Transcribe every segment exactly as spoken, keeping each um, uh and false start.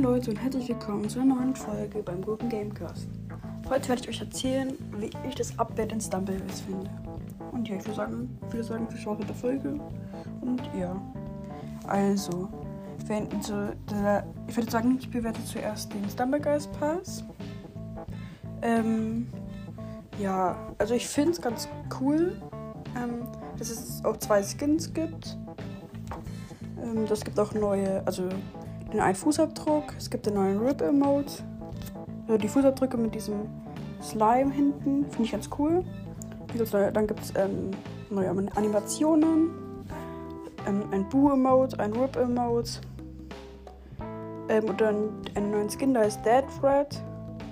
Moin Leute und herzlich willkommen zu einer neuen Folge beim guten Gamecast. Heute werde ich euch erzählen, wie ich das Update in Stumbleweeds finde. Und ja, ich würde sagen, ich würde sagen, viel Spaß mit der Folge. Und ja, also, wenn, so, der, ich würde sagen, ich bewerte zuerst den Stumblegeist Pass. Ähm, ja, also ich finde es ganz cool, ähm, dass es auch zwei Skins gibt. Ähm, das gibt auch neue, also den einen Fußabdruck, es gibt den neuen Rip-Emote. Also die Fußabdrücke mit diesem Slime hinten, finde ich ganz cool. Dann gibt es ähm, neue Animationen, ähm, ein Boo-Emote, ein Rip-Emote ähm, und dann einen neuen Skin, der heißt Dead Thread.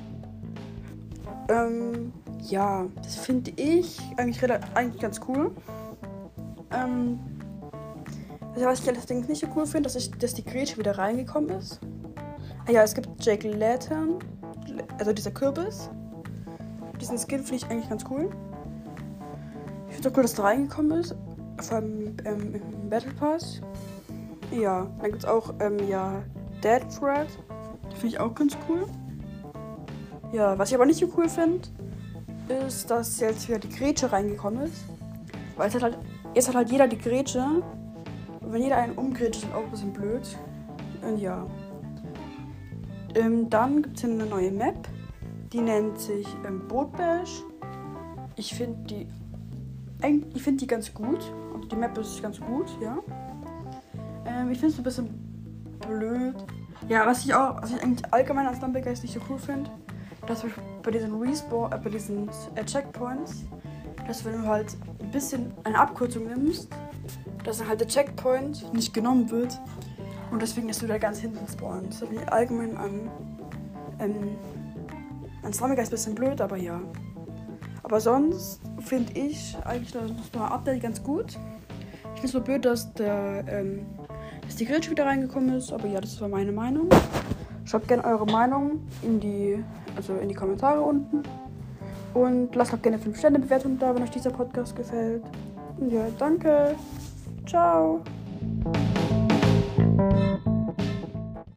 Ähm, ja, das finde ich eigentlich, eigentlich ganz cool. Ähm, Also, was ich allerdings nicht so cool finde, dass, ich, dass die Gretche wieder reingekommen ist. Ah ja, es gibt Jack Lantern, also dieser Kürbis. Diesen Skin finde ich eigentlich ganz cool. Ich finde es auch cool, dass er reingekommen ist. Vor allem ähm, im Battle Pass. Ja, dann gibt es auch ähm, ja, Dead Thread. Die finde ich auch ganz cool. Ja, was ich aber nicht so cool finde, ist, dass jetzt wieder die Gretche reingekommen ist. Weil es hat halt, jetzt hat halt jeder die Gretche. Und wenn jeder einen umgrätscht, ist auch ein bisschen blöd. Und ja. Ähm, dann gibt es hier eine neue Map. Die nennt sich ähm, Boat Bash. Ich finde die, ich find die ganz gut. Und die Map ist ganz gut, ja. Ähm, ich finde es ein bisschen blöd. Ja, was ich auch, was ich eigentlich allgemein als Stumblegeist nicht so cool finde, dass wir bei diesen Respawn, äh, bei diesen äh, Checkpoints, dass wenn du halt ein bisschen eine Abkürzung nimmst, dass dann halt der Checkpoint nicht genommen wird und deswegen ist du da ganz hinten spawnen. Das finde ich allgemein an, ähm, an Stumblegeist ein bisschen blöd, aber ja. Aber sonst finde ich eigentlich das neue Update ganz gut. Ich finde es nur blöd, dass, der, ähm, dass die Gretche wieder reingekommen ist, aber ja, das war meine Meinung. Schreibt gerne eure Meinung in die, also in die Kommentare unten. Und lasst auch gerne fünf Sterne Bewertung da, wenn euch dieser Podcast gefällt. Und ja, danke. Ciao.